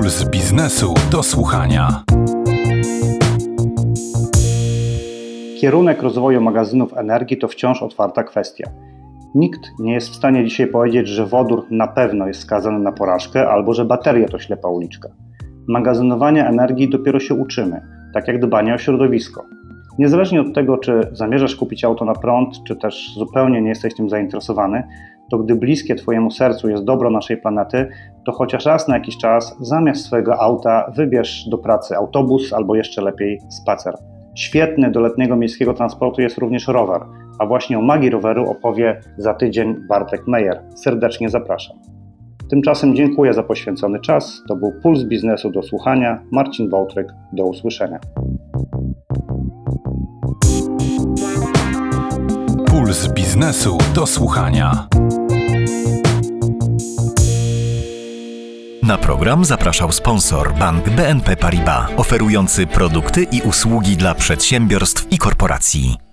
Puls biznesu do słuchania. Kierunek rozwoju magazynów energii to wciąż otwarta kwestia. Nikt nie jest w stanie dzisiaj powiedzieć, że wodór na pewno jest skazany na porażkę albo że bateria to ślepa uliczka. Magazynowania energii dopiero się uczymy, tak jak dbania o środowisko. Niezależnie od tego, czy zamierzasz kupić auto na prąd, czy też zupełnie nie jesteś tym zainteresowany, to gdy bliskie Twojemu sercu jest dobro naszej planety, to chociaż raz na jakiś czas zamiast swojego auta wybierz do pracy autobus albo jeszcze lepiej spacer. Świetny do letniego miejskiego transportu jest również rower, a właśnie o magii roweru opowie za tydzień Bartek Meyer. Serdecznie zapraszam. Tymczasem dziękuję za poświęcony czas. To był Puls biznesu do słuchania. Marcin Wołtryk. Do usłyszenia. Puls biznesu do słuchania. Na program zapraszał sponsor Bank BNP Paribas, oferujący produkty i usługi dla przedsiębiorstw i korporacji.